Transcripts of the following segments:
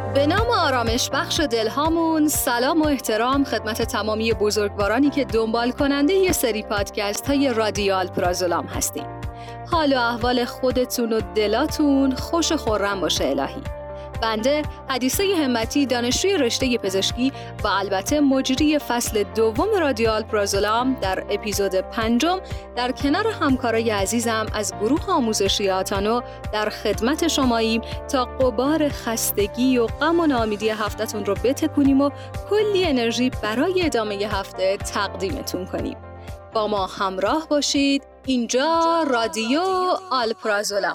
به نام آرامش بخش دلهامون، سلام و احترام خدمت تمامی بزرگوارانی که دنبال کننده یه سری پادکست های رادیو آلپرازولام هستیم. حال و احوال خودتون و دلاتون خوش و خرم باشه الهی. بنده حدیثه همتی، دانشجوی رشته پزشکی و البته مجری فصل دوم رادیو آلپرازولام، در اپیزود 5 در کنار همکارای عزیزم از گروه آموزشی آتانو در خدمت شماییم تا غبار خستگی و غم و ناامیدی هفته‌تون رو بتکونیم و کلی انرژی برای ادامه هفته تقدیمتون کنیم. با ما همراه باشید. اینجا رادیو آلپرازولام.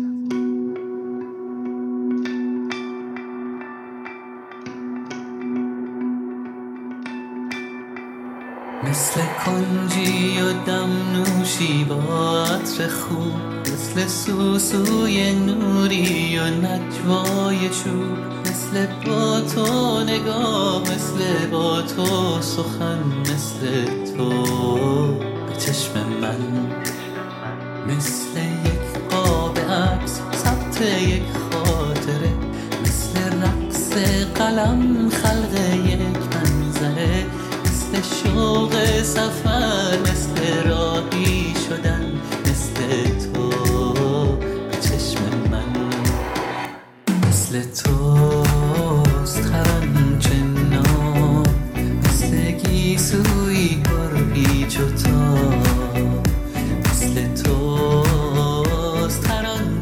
مثل کنجی و دم نوشی با عطر خوب، مثل سوسوی نوری و نجوای شور، مثل با تو نگاه، مثل با تو سخن، مثل تو به چشم من، مثل یک قاب عکس ثبت یک خاطره، مثل رقص قلم خلق یک منظره، مثل شوق سفر، مثل راهی شدن، مثل تو به چشم من، مثل توست هرم چنان، مثل گیسوی پر پیچ و تاب، مثل توست هرم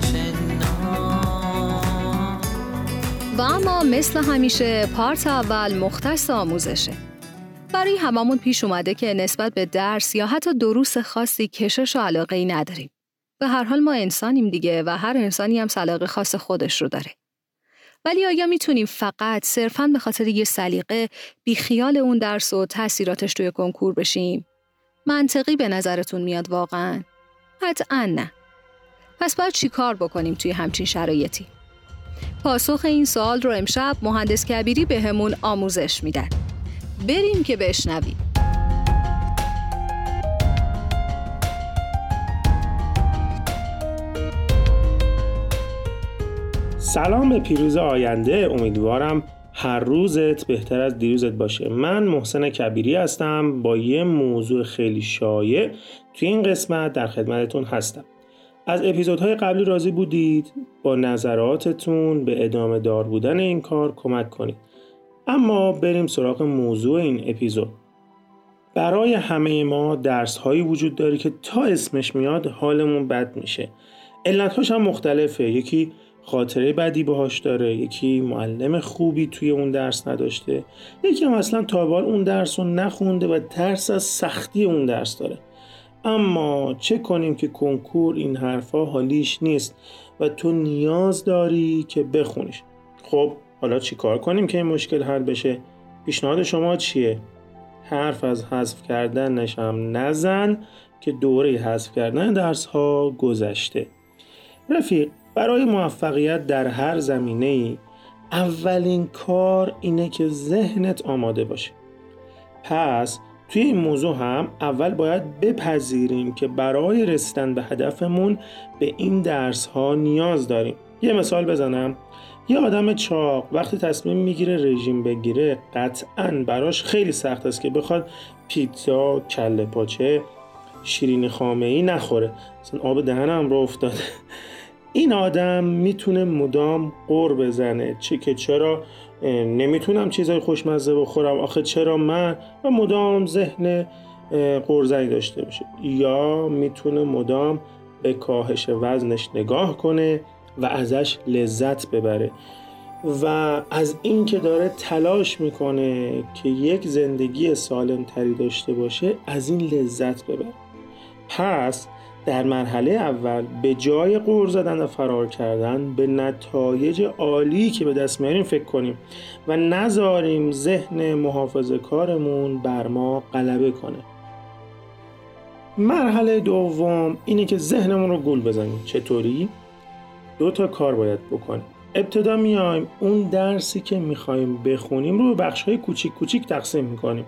چنان. و اما مثل همیشه پارت اول مختص آموزشه. برای هممون پیش اومده که نسبت به درس یا حتی دروس خاصی کشش و علاقه‌ای نداریم. به هر حال ما انسانیم دیگه و هر انسانی هم سلیقه خاص خودش رو داره. ولی آیا میتونیم فقط صرفاً به خاطر یه سلیقه بیخیال اون درس و تأثیراتش توی کنکور بشیم؟ منطقی به نظرتون میاد واقعاً؟ قطعاً نه. پس باید چی کار بکنیم توی همچین شرایطی؟ پاسخ این سوال رو امشب مهندس کبیری بهمون آموزش میدن. بریم که بشنویم. سلام به پیروز آینده. امیدوارم هر روزت بهتر از دیروزت باشه. من محسن کبیری هستم با یه موضوع خیلی شایع توی این قسمت در خدمتتون هستم. از اپیزودهای قبلی راضی بودید؟ با نظراتتون به ادامه دار بودن این کار کمک کنید. اما بریم سراغ موضوع این اپیزود. برای همه ما درس هایی وجود داره که تا اسمش میاد حالمون بد میشه. علتهاش هم مختلفه. یکی خاطره بدی باهاش داره، یکی معلم خوبی توی اون درس نداشته، یکی هم اصلا تا به حال اون درس رو نخونده و ترس از سختی اون درس داره. اما چه کنیم که کنکور این حرفا حالیش نیست و تو نیاز داری که بخونیش؟ خب حالا چی کار کنیم که این مشکل حل بشه؟ پیشنهاد شما چیه؟ حرف از حذف کردن نشم نزن که دوره حذف کردن درس ها گذشته. رفیق، برای موفقیت در هر زمینه‌ای اولین کار اینه که ذهنت آماده باشه. پس توی این موضوع هم اول باید بپذیریم که برای رسیدن به هدفمون به این درس ها نیاز داریم. یه مثال بزنم. یه آدم چاق وقتی تصمیم میگیره رژیم بگیره، قطعاً براش خیلی سخت است که بخواد پیتزا، کله پاچه، شیرینی خامه‌ای نخوره. مثلا آب دهنم رو افتاده. این آدم میتونه مدام غر بزنه چرا نمیتونم چیزای خوشمزه بخورم، آخه چرا من، و مدام ذهن غرزنی داشته باشه. یا میتونه مدام به کاهش وزنش نگاه کنه و ازش لذت ببره و از این که داره تلاش میکنه که یک زندگی سالم تری داشته باشه از این لذت ببره. پس در مرحله اول به جای غر زدن و فرار کردن به نتایج عالی که به دست میاریم فکر کنیم و نذاریم ذهن محافظه کارمون بر ما غلبه کنه. مرحله دوم اینه که ذهنمون رو گول بزنیم. چطوری؟ 2 کار باید بکنیم. ابتدا میایم اون درسی که میخوایم بخونیم رو به بخش‌های کوچیک کوچیک تقسیم میکنیم.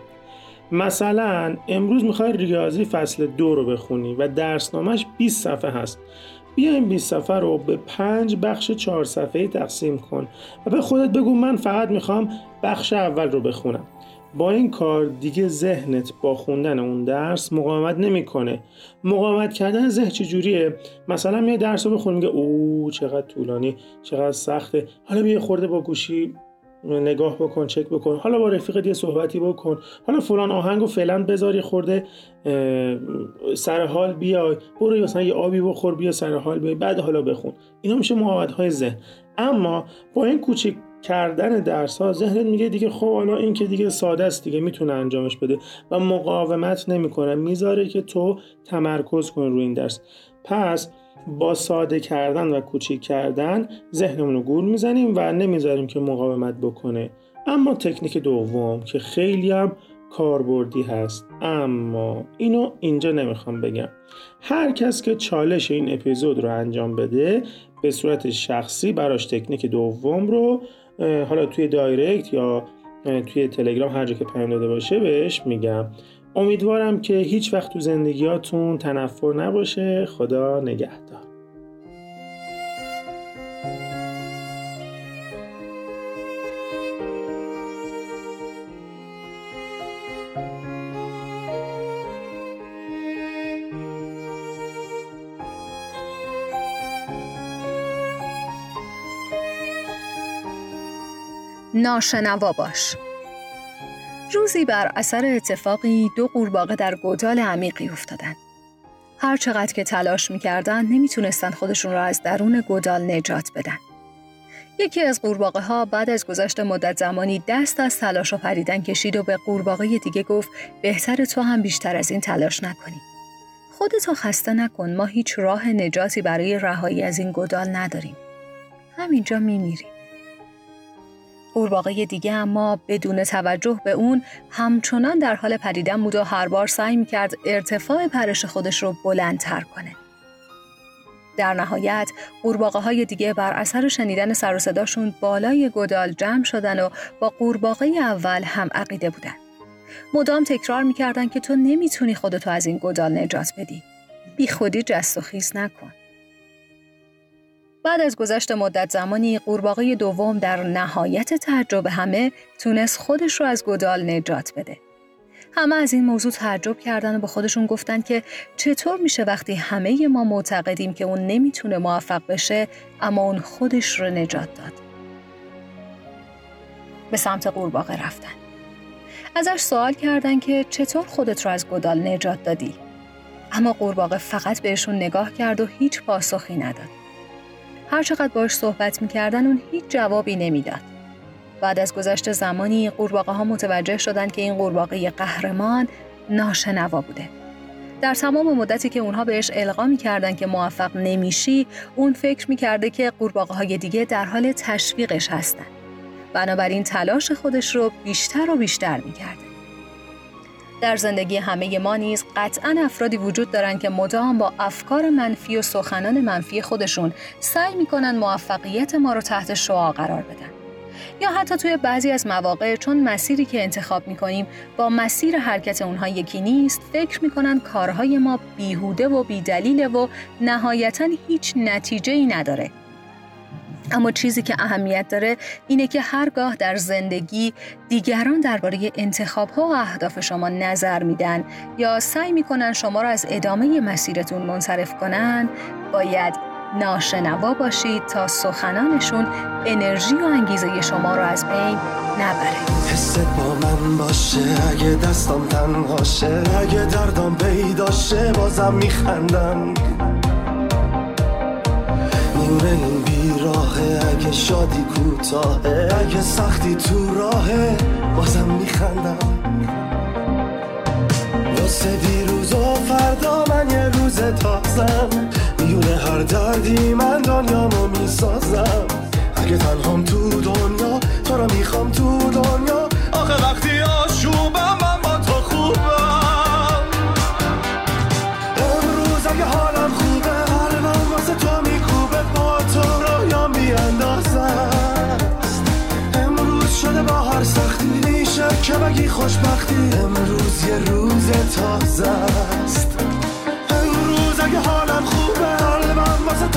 مثلا امروز میخوای ریاضی فصل 2 رو بخونی و درسنامه‌اش 20 صفحه هست. بیا این 20 صفحه رو به 5 بخش 4 صفحه‌ای تقسیم کن و به خودت بگو من فقط میخوام بخش اول رو بخونم. با این کار دیگه ذهنت با خوندن اون درس مقاومت نمیکنه. مقاومت کردن ذهن چجوریه؟ مثلا میای درس رو بخونی میگه اوه چقدر طولانی، چقدر سخته، حالا بیا خورده با گوشی نگاه بکن، چک بکن، حالا با رفیقت یه صحبتی بکن، حالا فلان آهنگو فعلا بذاری خورده سر حال بیای، برو مثلا یه آبی بخور بیا سر حال بیای، بعد حالا بخون. اینا میشه مقاومت‌های ذهن. اما با این کوچیک کردن درس ها ذهنت میگه دیگه خب حالا این که دیگه ساده است دیگه میتونه انجامش بده و مقاومت نمیکنه، میذاره که تو تمرکز کنی روی این درس. پس با ساده کردن و کوچیک کردن ذهنمون رو گول میزنیم و نمیذاریم که مقاومت بکنه. اما تکنیک دوم که خیلی هم کاربردی هست، اما اینو اینجا نمیخوام بگم. هر کس که چالش این اپیزود رو انجام بده به صورت شخصی براش تکنیک دوم رو حالا توی دایرکت یا توی تلگرام هر جا که پیام داده باشه بهش میگم. امیدوارم که هیچ وقت تو زندگیاتون تنفر نباشه. خدا نگهدار. ناشنوا باش. روزی بر اثر اتفاقی 2 قورباغه در گودال عمیقی افتادند. هر چقدر که تلاش می‌کردند نمیتونستن خودشون را از درون گودال نجات بدن. یکی از قورباغه‌ها بعد از گذشت مدت زمانی دست از تلاش و پریدن کشید و به قورباغه دیگه گفت بهتره تو هم بیشتر از این تلاش نکنی. خودتو خسته نکن، ما هیچ راه نجاتی برای رهایی از این گودال نداریم. همینجا میمیریم. قورباغه دیگه اما بدون توجه به اون همچنان در حال پریدن بود و هر بار سعی می‌کرد ارتفاع پرش خودش رو بلندتر کنه. در نهایت قورباغه‌های دیگه بر اثر شنیدن سر و صداشون بالای گودال جمع شدن و با قورباغه اول هم عقیده بودن. مدام تکرار می‌کردن که تو نمیتونی خودتو از این گودال نجات بدی. بی خودی جست و خیز نکن. بعد از گذشت مدت زمانی قورباغه دوم در نهایت تعجب همه تونست خودش رو از گودال نجات بده. همه از این موضوع تعجب کردن و به خودشون گفتن که چطور میشه وقتی همه ما معتقدیم که اون نمیتونه موفق بشه اما اون خودش رو نجات داد. به سمت قورباغه رفتن. ازش سوال کردن که چطور خودت رو از گودال نجات دادی؟ اما قورباغه فقط بهشون نگاه کرد و هیچ پاسخی نداد. هر چقدر باش صحبت می‌کردن اون هیچ جوابی نمیداد. بعد از گذشت زمانی قورباغه‌ها متوجه شدند که این قورباغه قهرمان ناشنوا بوده. در تمام مدتی که اونها بهش القا می‌کردن که موفق نمیشی، اون فکر می‌کرده که قورباغه‌های دیگه در حال تشویقش هستن. بنابراین تلاش خودش رو بیشتر و بیشتر می‌کرده. در زندگی همه ما نیز قطعاً افرادی وجود دارن که مدام با افکار منفی و سخنان منفی خودشون سعی میکنن موفقیت ما رو تحت شعاع قرار بدن. یا حتی توی بعضی از مواقع چون مسیری که انتخاب میکنیم با مسیر حرکت اونها یکی نیست، فکر میکنن کارهای ما بیهوده و بیدلیله و نهایتاً هیچ نتیجه‌ای نداره. اما چیزی که اهمیت داره اینه که هرگاه در زندگی دیگران درباره انتخاب‌ها و اهداف شما نظر میدن یا سعی میکنن شما را از ادامه مسیرتون منصرف کنن، باید ناشنوا باشید تا سخنانشون انرژی و انگیزه شما را از بین نبره. حست با من باشه، اگه دستم تنهاشه، اگه دردم پیداشه بازم میخندم. نیمه این بیراهه، اگه شادی کوتاهه، اگه سختی تو راهه بازم میخندم. واسه دیروز و فردا من یه روز تازم، میونه هر دردی من دنیامو میسازم. اگه تنهام تو دنیا تو رو میخوام تو دنیا، آخه وقتی آشوبم من با تو خوبم. امروز اگه حالم خوبه قلبم واسه تو میکوبه، با تو رویام بیاندازه است. امروز شده با هر سختی میشه که بگی خوشبختی، امروز یه روز تازه است. امروز اگه حالم خوبه قلبم واسه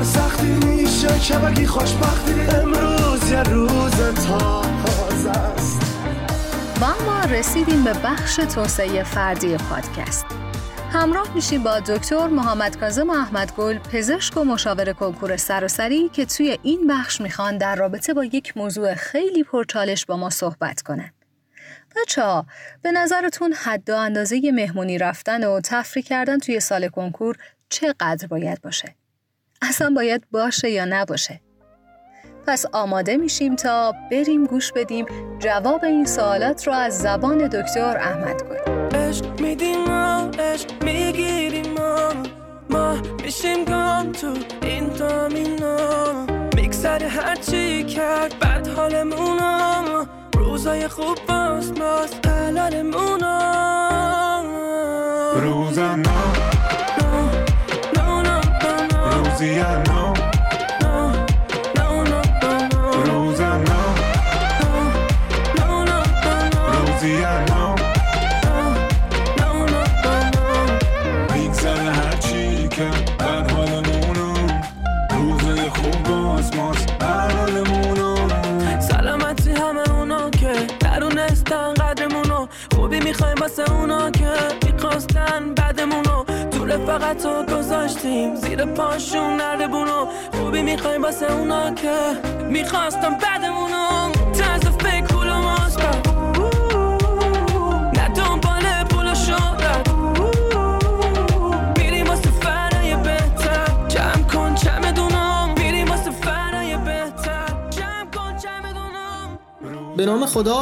سختی میشه که بگی خوشبختی. امروز یه روز تازه است. و ما رسیدیم به بخش توسعه فردی پادکست. همراه میشیم با دکتر محمد کاظم احمدگل، پزشک و مشاور کنکور سراسری که توی این بخش میخوان در رابطه با یک موضوع خیلی پرچالش با ما صحبت کنن. بچه‌ها، به نظرتون حد و اندازه مهمونی رفتن و تفریح کردن توی سال کنکور چقدر باید باشه؟ اصلا باید باشه یا نباشه؟ پس آماده میشیم تا بریم گوش بدیم جواب این سوالات رو از زبان دکتر احمدگل. عشق میدیم ما، عشق میگیریم ما میشیم گام تو این دامینا. میگذره هرچی کرد بد حالمونا. روزای خوب باز حلالمونا. روزم روزی میگذره هرچی که بد حالمونو. روزای خوب باز حلالمونو. سلامتی همه اونا که درونستن قدرمونو. خوبی میخوایم واسه اونا که میخواستن بدمونو. طول فقط رو گذاشتیم زیر پاشون نردبونو. خوبی میخوایم واسه اونا که میخواستن بدمونو. طرز فکر پول و ماسبت، نه دنبال پول و شهرت. میریم واسه فرای بهتر، جمع کن چمدونم. میریم واسه فرای بهتر، جمع کن چمدونم. به نام خدا.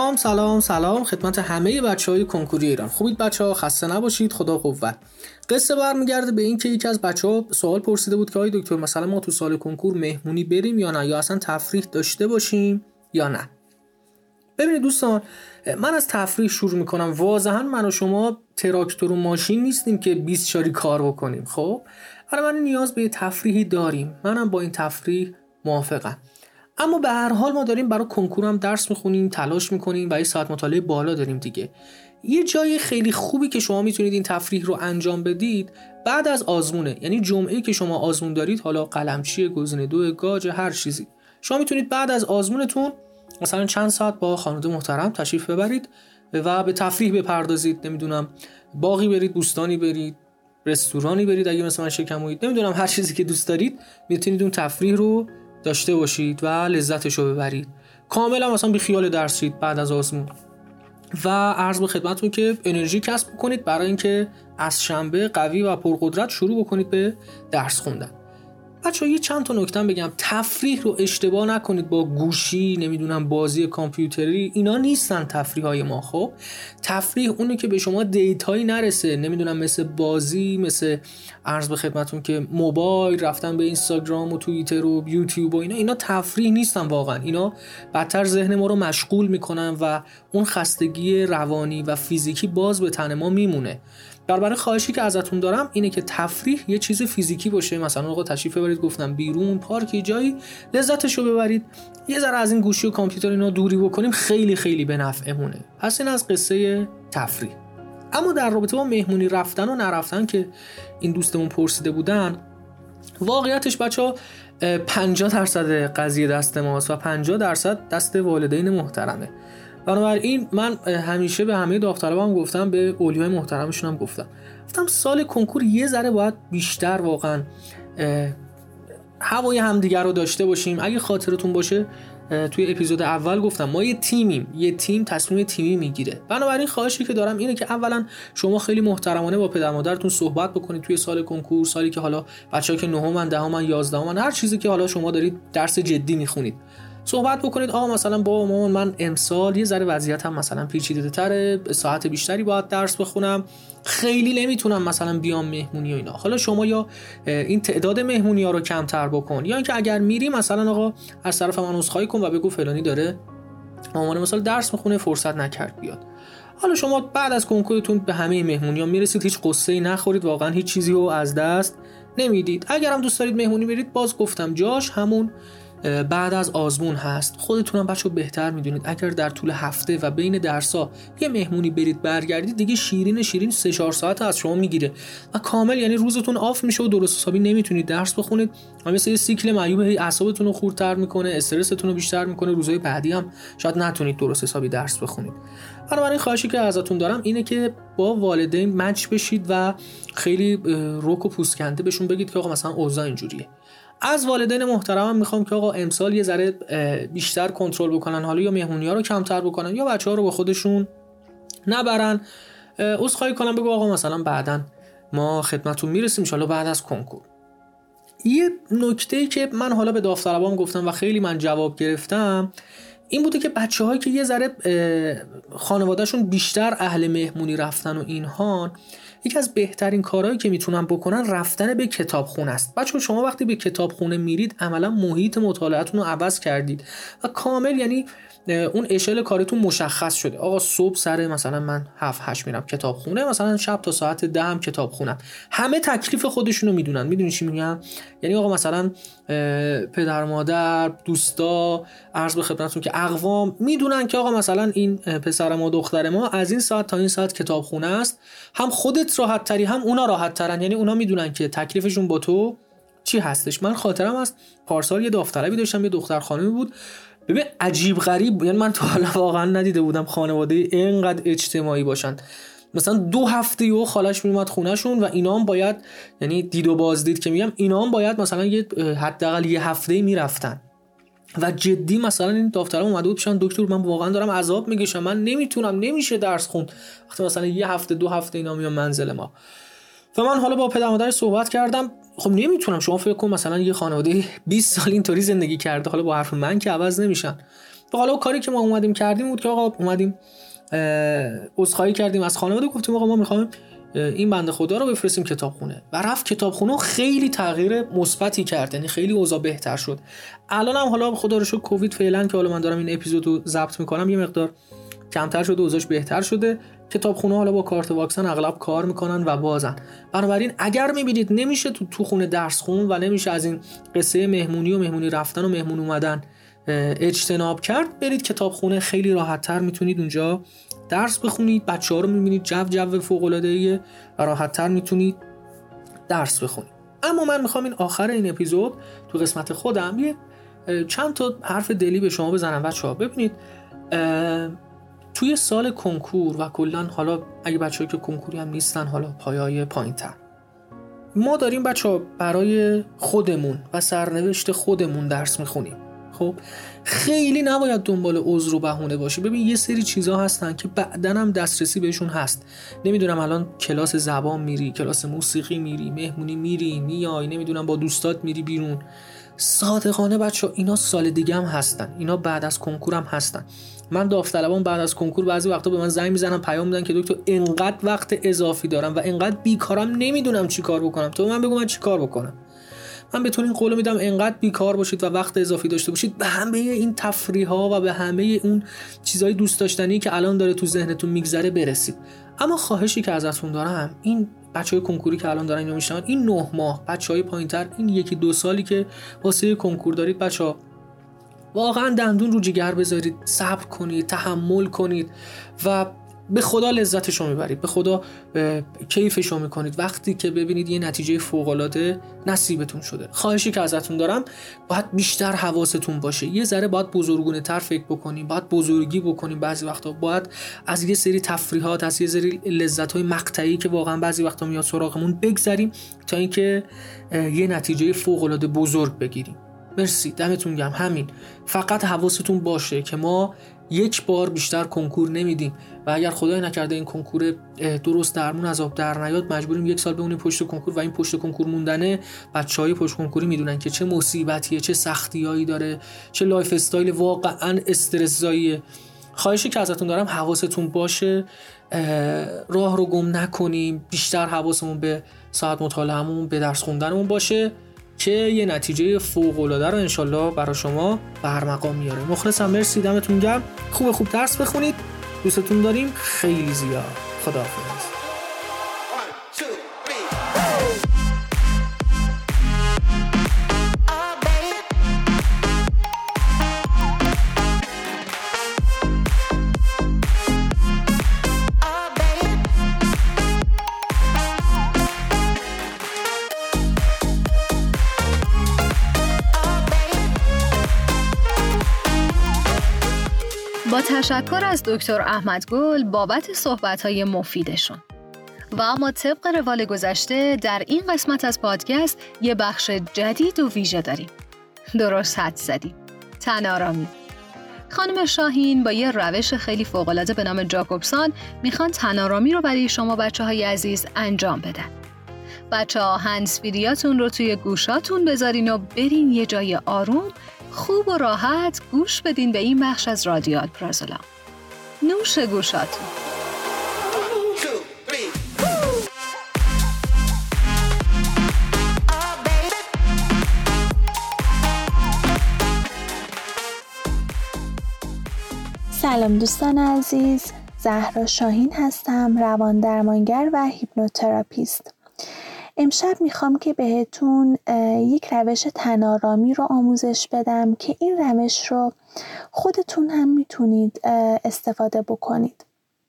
سلام خدمت همه بچه‌های کنکوری ایران. خوبید بچه‌ها؟ خسته نباشید. خدا قوت. قصه برمیگرده به این که یکی از بچه‌ها سوال پرسیده بود که آقای دکتر مثلا ما تو سال کنکور مهمونی بریم یا نه، یا اصلا تفریح داشته باشیم یا نه. ببینید دوستان، من از تفریح شروع میکنم. واضحا من و شما تراکتور و ماشین نیستیم که 20 شاری کار بکنیم. خب برای من نیاز به تفریحی داریم، منم با این تفریح موافقم. اما به هر حال ما داریم برای کنکور هم درس میخونیم، تلاش میکنیم و یه ساعت مطالعه بالا داریم دیگه. یه جای خیلی خوبی که شما میتونید این تفریح رو انجام بدید بعد از آزمونه، یعنی جمعه‌ای که شما آزمون دارید، حالا قلمچی، گزینه 2 گاج، هر چیزی، شما میتونید بعد از آزمونتون مثلا چند ساعت با خانواده محترم تشریف ببرید و به تفریح بپردازید. نمیدونم باغی برید، بوستانی برید، رستورانی برید، اگه مثلا شکمویید، نمیدونم هر چیزی که دوست دارید میتونید اون تفریح رو داشته باشید و لذتش رو ببرید. کاملا مثلا بی خیال درس شید بعد از آزمون. و عرض به خدمتتون که انرژی کسب کنید برای اینکه از شنبه قوی و پرقدرت شروع بکنید به درس خوندن. بچه‌ها یه چند تا نکته بگم. تفریح رو اشتباه نکنید با گوشی، نمیدونم بازی کامپیوتری، اینا نیستن تفریح‌های ما. خب تفریح اونه که به شما دیتایی نرسه، نمیدونم مثل بازی، مثل عرض به خدمتتون که موبایل، رفتن به اینستاگرام و توییتر و یوتیوب و اینا تفریح نیستن واقعا. اینا بدتر ذهن ما رو مشغول میکنن و اون خستگی روانی و فیزیکی باز به تن ما میمونه. برای خواهشی که ازتون دارم اینه که تفریح یه چیز فیزیکی باشه. مثلا آقا تشریف ببرید، گفتم بیرون، پارکی، جایی لذتشو ببرید. یه ذره از این گوشی و کامپیوتر اینا دوری بکنیم، خیلی خیلی به نفعمونه. پس این از قصه تفریح. اما در رابطه با مهمونی رفتن و نرفتن که این دوستمون پرسیده بودن، واقعیتش بچه‌ها 50% قضیه دست ماست و 50% دست والدین محترمه. بنابراین من همیشه به همه داوطلبام گفتم، به اولیای محترمشون هم گفتم سال کنکور یه ذره باید بیشتر واقعا هوای همدیگر رو داشته باشیم. اگه خاطرتون باشه توی اپیزود اول گفتم ما یه تیمیم، یه تیم تصمیم تیمی میگیره. بنابراین خواهشی که دارم اینه که اولا شما خیلی محترمانه با پدر مادرتون صحبت بکنید توی سال کنکور، سالی که حالا بچه‌ها که 9م، 10م، 11م، هر چیزی که حالا شما دارید درس جدی میخونید، صحبت بکنید. آقا مثلا با مامان من امسال یه ذره وضعیتم مثلا پیچیده‌تره، ساعت بیشتری باید درس بخونم، خیلی نمیتونم مثلا بیام مهمونی و اینا. حالا شما یا این تعداد مهمونی‌ها رو کمتر بکن، یا اینکه اگر میری مثلا آقا از طرف من عذرخواهی کن و بگو فلانی داره مامان مثلا درس میخونه فرصت نکرد بیاد. حالا شما بعد از کنکورتون به همه مهمونی‌ها میرسید، هیچ قصه‌ای نخورید، واقعا هیچ چیزی رو از دست نمیدید. اگرم دوست دارید مهمونی برید، باز گفتم جاش همون بعد از آزمون هست. خودتونم بچه‌ها بهتر میدونید اگر در طول هفته و بین درس‌ها یه مهمونی برید برگردید دیگه شیرین 3-4 ساعت از شما میگیره و کامل یعنی روزتون آف میشه و درست حسابی نمیتونید درس بخونید. مثل یه سیکل معیوب، اعصابتون رو خردتر میکنه، استرستون رو بیشتر میکنه، روزهای بعدی هم شاید نتونید درست حسابی درس بخونید. بنابراین خواهشی که ازتون دارم اینه که با والدین مچ بشید و خیلی رک و پوست کنده بهشون بگید که آقا مثلا اوضاع اینجوریه. از والدین محترمم میخوام که آقا امسال یه ذره بیشتر کنترل بکنن، حالا یا مهمونی‌ها رو کمتر بکنن یا بچه‌ها رو با خودشون نبرن. عذرخواهی کنم بگو آقا مثلا بعداً ما خدمتتون میرسیم ان شاءالله بعد از کنکور. یه نکته‌ای که من حالا به داوطلبام گفتم و خیلی من جواب گرفتم این بوده که بچه‌هایی که یه ذره خانواده‌شون بیشتر اهل مهمونی رفتن و اینها، یکی از بهترین کارهایی که میتونن بکنن رفتن به کتابخونه است. بچه‌ها شما وقتی به کتابخونه میرید عملا محیط مطالعه‌تون رو عوض کردید و کامل یعنی اون اشل کارتون مشخص شده. آقا صبح سر مثلا من 7-8 میرم کتابخونه، مثلا شب تا ساعت 10 هم کتابخونم. همه تکلیف خودشونو میدونن. میدونی چی میگم؟ یعنی آقا مثلا پدر مادر، دوستا، عرض به خدمتتون که اقوام میدونن که آقا مثلا این پسر ما دختر ما از این ساعت تا این ساعت کتابخونه است. هم خودت راحت تری هم اونا راحت ترن، یعنی اونا میدونن که تکلیفشون با تو چی هستش. من خاطرم از پارسال یه داوطلبی داشتم، یه دختر خانمی بود، ببین عجیب غریب، یعنی من تا حالا واقعا ندیده بودم خانواده اینقدر اجتماعی باشن. مثلا 2 هفته یهو خالش میومد خونهشون و اینا هم باید، یعنی دید و بازدید که میگم، اینا هم باید مثلا یه حداقل یه هفته میرفتن و جدی مثلا این داوطلب اومده بود پیشم، دکتر من واقعا دارم عذاب میکشم، من نمیتونم، نمیشه درس خوند. وقتی مثلا یه هفته 2 هفته اینا میان منزل ما و من حالا با پدر مادرش صحبت کردم. خب نمیتونم، شما فکر کن مثلا یه خانواده 20 سال اینطوری زندگی کرده، حالا با حرف من که عوض نمیشن. و حالا کاری که ما اومدیم کردیم بود که آقا اومدیم عذرخواهی کردیم از خانواده، گفتیم آقا ما میخوایم این بنده خدا رو بفرستیم کتابخونه و رفت کتابخونه. خیلی تغییر مثبتی کرد، یعنی خیلی اوضاع بهتر شد. الان هم حالا خدا رو شکر کووید فعلا که حالا من دارم این اپیزودو ضبط میکنم یه مقدار کمتر شده، اوضاعش بهتر شده. کتابخونه حالا با کارت واکسن اغلب کار میکنن و بازن. بنابراین اگر میبینید نمیشه تو خونه درس خون و نمیشه از این قصه مهمونی و مهمونی رفتن و مهمون اومدن اجتناب کرد، برید کتابخونه، خیلی راحت‌تر میتونید اونجا درس بخونید. بچه‌ها رو میبینید جو فوق‌العاده‌ایه و راحت‌تر میتونید درس بخونید. اما من میخوام این آخر این اپیزود تو قسمت خودم یه چند تا حرف دلی به شما بزنم. بچه‌ها ببینید توی سال کنکور و کلاً حالا اگه بچه‌ای که کنکوری هم نیستن، حالا پایه‌های پایین‌تر، ما داریم بچه‌ها برای خودمون و سرنوشت خودمون درس میخونیم. خب خیلی نباید دنبال عذر و بهونه باشی. ببین یه سری چیزا هستن که بعدن هم دسترسی بهشون هست. نمیدونم الان کلاس زبان میری، کلاس موسیقی میری، مهمونی میری، میای، نمیدونم با دوستات میری بیرون. صادقانه بچه‌ها اینا سال دیگه هم هستن، اینا بعد از کنکور هم هستن. من داوطلبان بعد از کنکور بعضی وقتا به من زنگ میزنن، پیام میدن که دکتر اینقدر وقت اضافی دارم و اینقدر بیکارم، نمیدونم چی کار بکنم، تو من بگو من چی کار بکنم. من بهتون این قولو میدم اینقدر بیکار باشید و وقت اضافی داشته باشید، به همه این تفریح‌ها و به همه اون چیزای دوست داشتنی که الان داره تو ذهنتون میگذره برسید. اما خواهشی که ازتون دارم، این بچهای کنکوری که الان دارن اینو میشنون، این 9 ماه، بچهای پایینتر، این 1-2 سالی که واسه کنکور دارید، بچه‌ها واقعا دندون رو جگر بذارید، صبر کنید، تحمل کنید و به خدا لذتشو میبرید، به خدا کیفشو میکنید وقتی که ببینید یه نتیجه فوق‌العاده نصیبتون شده. خواهشی که ازتون دارم، باید بیشتر حواستون باشه، یه ذره باید بزرگونه تر فکر بکنیم، باید بزرگی بکنیم، بعضی وقتا باید از یه سری تفریحات، از یه سری لذت‌های مقطعی که واقعا بعضی وقتا میاد سراغمون بگذریم تا اینکه یه نتیجه فوق‌العاده بزرگ بگیریم. مرسی، دمتون گرم. همین، فقط حواستون باشه که ما یک بار بیشتر کنکور نمیدیم و اگر خدای نکرده این کنکور درست درمون از آب در نیاد، مجبوریم 1 سال بمونیم پشت کنکور و این پشت کنکور موندنه بچهای پشت کنکوری میدونن که چه مصیبتیه، چه سختیایی داره، چه لایف استایل واقعا استرس زاییه. خواهشی که ازتون دارم حواستون باشه، راه رو گم نکنیم، بیشتر حواسمون به ساعت مطالعه‌مون، به درس خوندنمون باشه که یه نتیجه فوق‌العاده رو انشالله برای شما برمقام میاره. مخلصم، مرسی، دمتون گرم. خوب درس بخونید، دوستتون داریم خیلی زیاد. خداحافظ. تشکر از دکتر احمدگل بابت صحبت‌های مفیدشون. و اما طبق روال گذشته در این قسمت از پادکست یه بخش جدید و ویژه داریم. درست حد زدیم. تن‌آرامی. خانم شاهین با یه روش خیلی فوق‌العاده به نام جاکوبسون میخوان تن‌آرامی رو برای شما بچه‌های عزیز انجام بدن. بچه‌ها هندزفریاتون رو توی گوشاتون بذارین و برین یه جای آروم، خوب و راحت گوش بدین به این بخش از رادیو آلپرازولا. نوش گوشاتون. سلام دوستان عزیز، زهرا شاهین هستم، روان درمانگر و هیپنوتراپیست. امشب میخوام که بهتون یک روش تن‌آرامی رو آموزش بدم که این روش رو خودتون هم میتونید استفاده بکنید.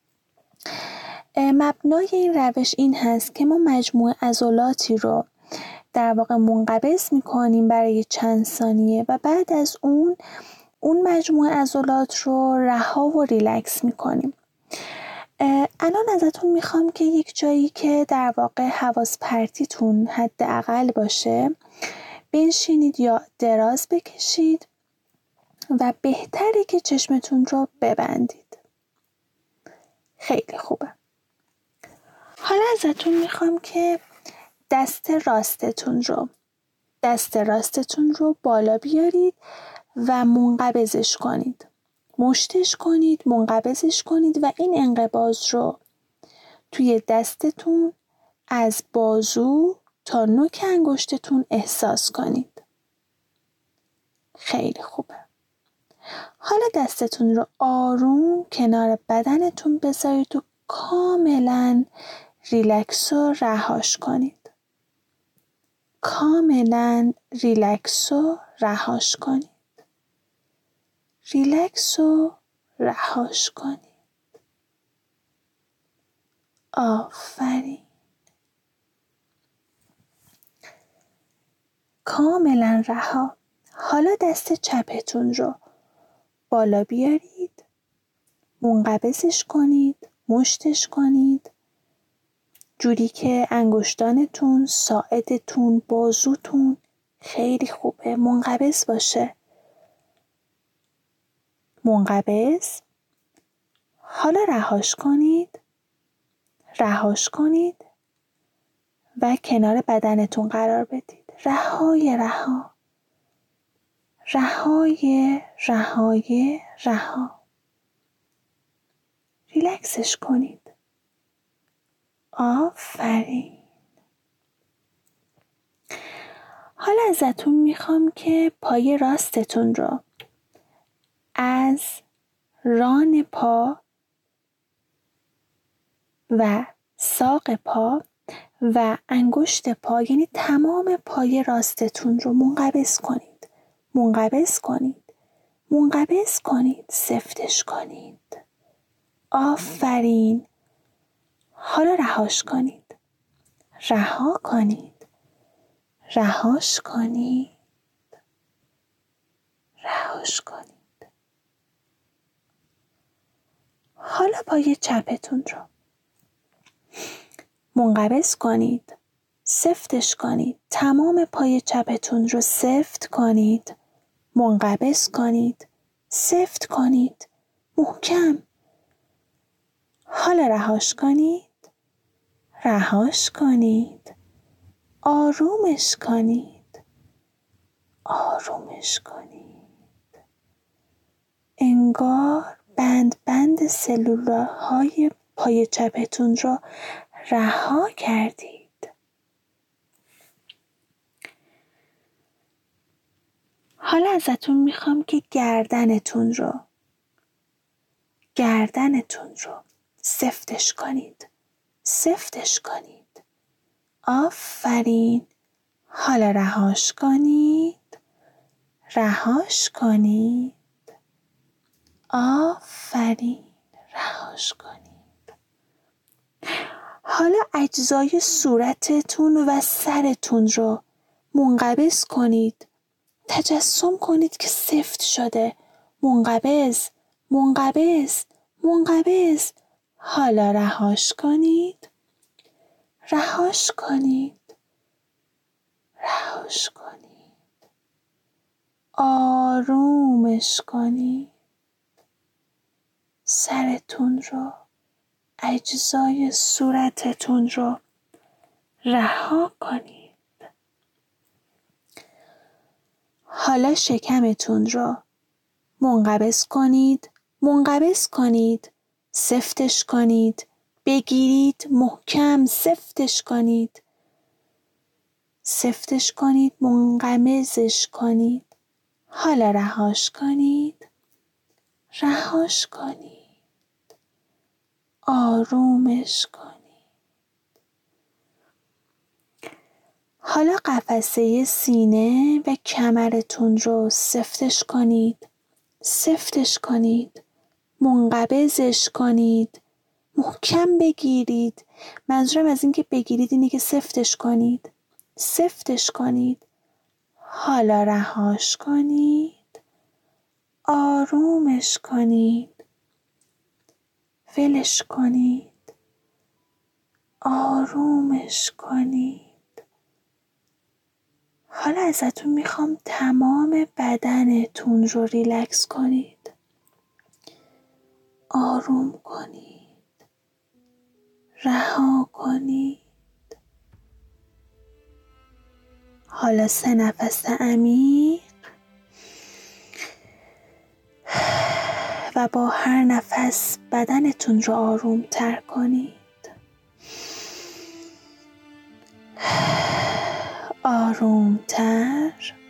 مبنای این روش این هست که ما مجموعه عضلاتی رو در واقع منقبض میکنیم برای چند ثانیه و بعد از اون مجموعه عضلات رو رها و ریلکس میکنیم. الان ازتون میخوام که یک جایی که در واقع حواس پرتیتون حداقل باشه بنشینید یا دراز بکشید و بهتره که چشمتون رو ببندید. خیلی خوبه. حالا ازتون میخوام که دست راستتون رو بالا بیارید و منقبضش کنید. مشتش کنید، منقبضش کنید و این انقباض رو توی دستتون از بازو تا نوک انگشتتون احساس کنید. خیلی خوبه. حالا دستتون رو آروم کنار بدنتون بذارید و کاملا ریلکس و رهاش کنید. کاملا ریلکس و رهاش کنید. ریلکس و رهاش کنید. آفرین. کاملا رها. حالا دست چپتون رو بالا بیارید، منقبضش کنید، مشتش کنید، جوری که انگشتانتون، ساعدتون، بازوتون خیلی خوبه منقبض باشه. منقبض. حالا رهاش کنید و کنار بدنتون قرار بدید. رها. ریلکسش کنید. آفرین. حالا ازتون میخوام که پای راستتون رو از ران پا و ساق پا و انگشت پا، یعنی تمام پای راستتون رو منقبض کنید، سفتش کنید. آفرین. حالا رهاش کنید. رهاش کنید. حالا پای چپتون رو منقبض کنید، سفتش کنید. تمام پای چپتون رو سفت کنید، منقبض کنید، سفت کنید، محکم. حالا رهاش کنید. آرومش کنید. انگار بند سلولهای پای چپتون رو رها کردید. حالا ازتون میخوام که گردنتون رو سفتش کنید. آفرین. حالا رهاش کنید. آفرین. رهاش کنید. حالا اجزای صورتتون و سرتون رو منقبض کنید. تجسم کنید که سفت شده. منقبض، منقبض. حالا رهاش کنید، رهاش کنید، رهاش کنید. آرومش کنید. سرتون رو، اجزای صورتتون رو رها کنید. حالا شکمتون رو منقبض کنید، منقبض کنید، سفتش کنید، بگیرید محکم سفتش کنید، سفتش کنید، منقبضش کنید. حالا رهاش کنید، رهاش کنید، آرومش کنید. حالا قفسه سینه و کمرتون رو سفتش کنید، سفتش کنید، منقبضش کنید، محکم بگیرید. منظورم از این که بگیرید اینه که سفتش کنید، سفتش کنید. حالا رهاش کنید، آرومش کنید، ولش کنید، آرومش کنید. حالا ازتون میخوام تمام بدنتون رو ریلکس کنید، آروم کنید، رها کنید. حالا 3 نفس عمیق و با هر نفس بدنتون رو آروم تر کنید. آروم تر.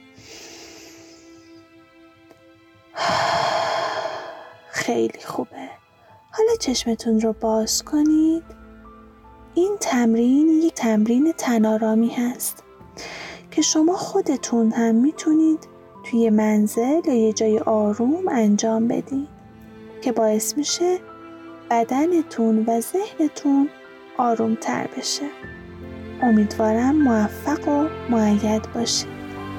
خیلی خوبه. حالا چشمتون رو باز کنید. این تمرین یک تمرین تن‌آرامی هست که شما خودتون هم میتونید توی منزل یا یه جای آروم انجام بدید که باعث میشه بدنتون و ذهنتون آروم تر بشه. امیدوارم موفق و مؤید باشید.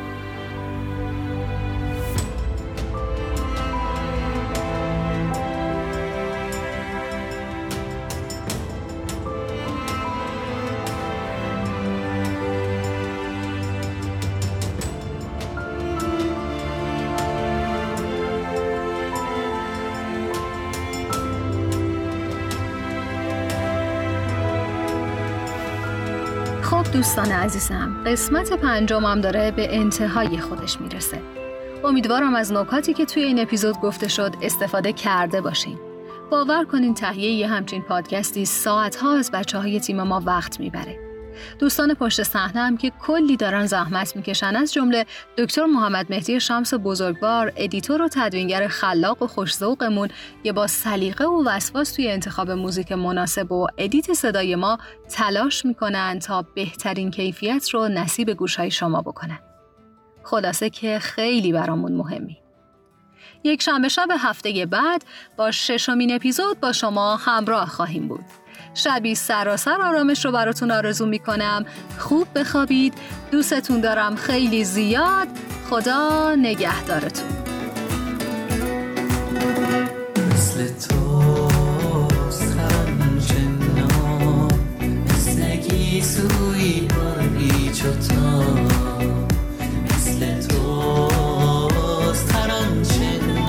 خب دوستان عزیزم، قسمت 5 داره به انتهای خودش میرسه. امیدوارم از نکاتی که توی این اپیزود گفته شد استفاده کرده باشین. باور کنین تهیه یه همچین پادکستی ساعت‌ها از بچه‌های تیم ما وقت میبره. دوستان پشت صحنه هم که کلی دارن زحمت میکشن، از جمله دکتر محمد مهدی شمس بزرگوار، ادیتور و تدوینگر خلاق و خوش‌ذوقمون، یه با سلیقه و وسواس توی انتخاب موزیک مناسب و ادیت صدای ما تلاش میکنن تا بهترین کیفیت رو نصیب گوشهای شما بکنن. خلاصه که خیلی برامون مهمی. یک شنبه شب هفته بعد با 6مین اپیزود با شما همراه خواهیم بود. شبی سراسر آرامش رو براتون آرزو میکنم. خوب بخوابید. دوستتون دارم خیلی زیاد. خدا نگهدارتون. مثل توست همچنان، مثل گیسوی بار پیچ و تاب، مثل توست هر آنچنان،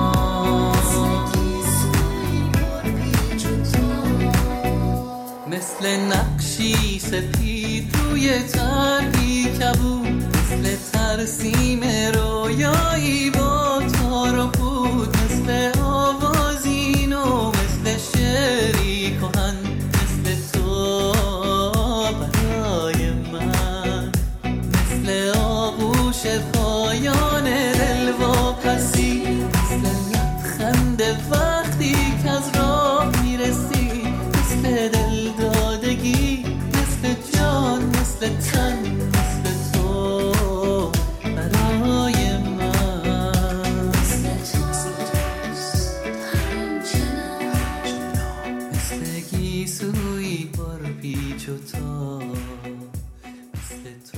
مثل نقشی سپید روی تربی کبود، مثل ترسیم رویایی با تار و پود، مثل آوازین و مثل شعری کهن، مثل تو برای من، مثل آغوش پایان دل واپسی، مثل لبخند وقتی که از راه میرسی، مثل دل دادگی، مثل جان، مثل تن، مثل تو برای من، مثل گیسوی پر پیچ و تاب، مثل تو.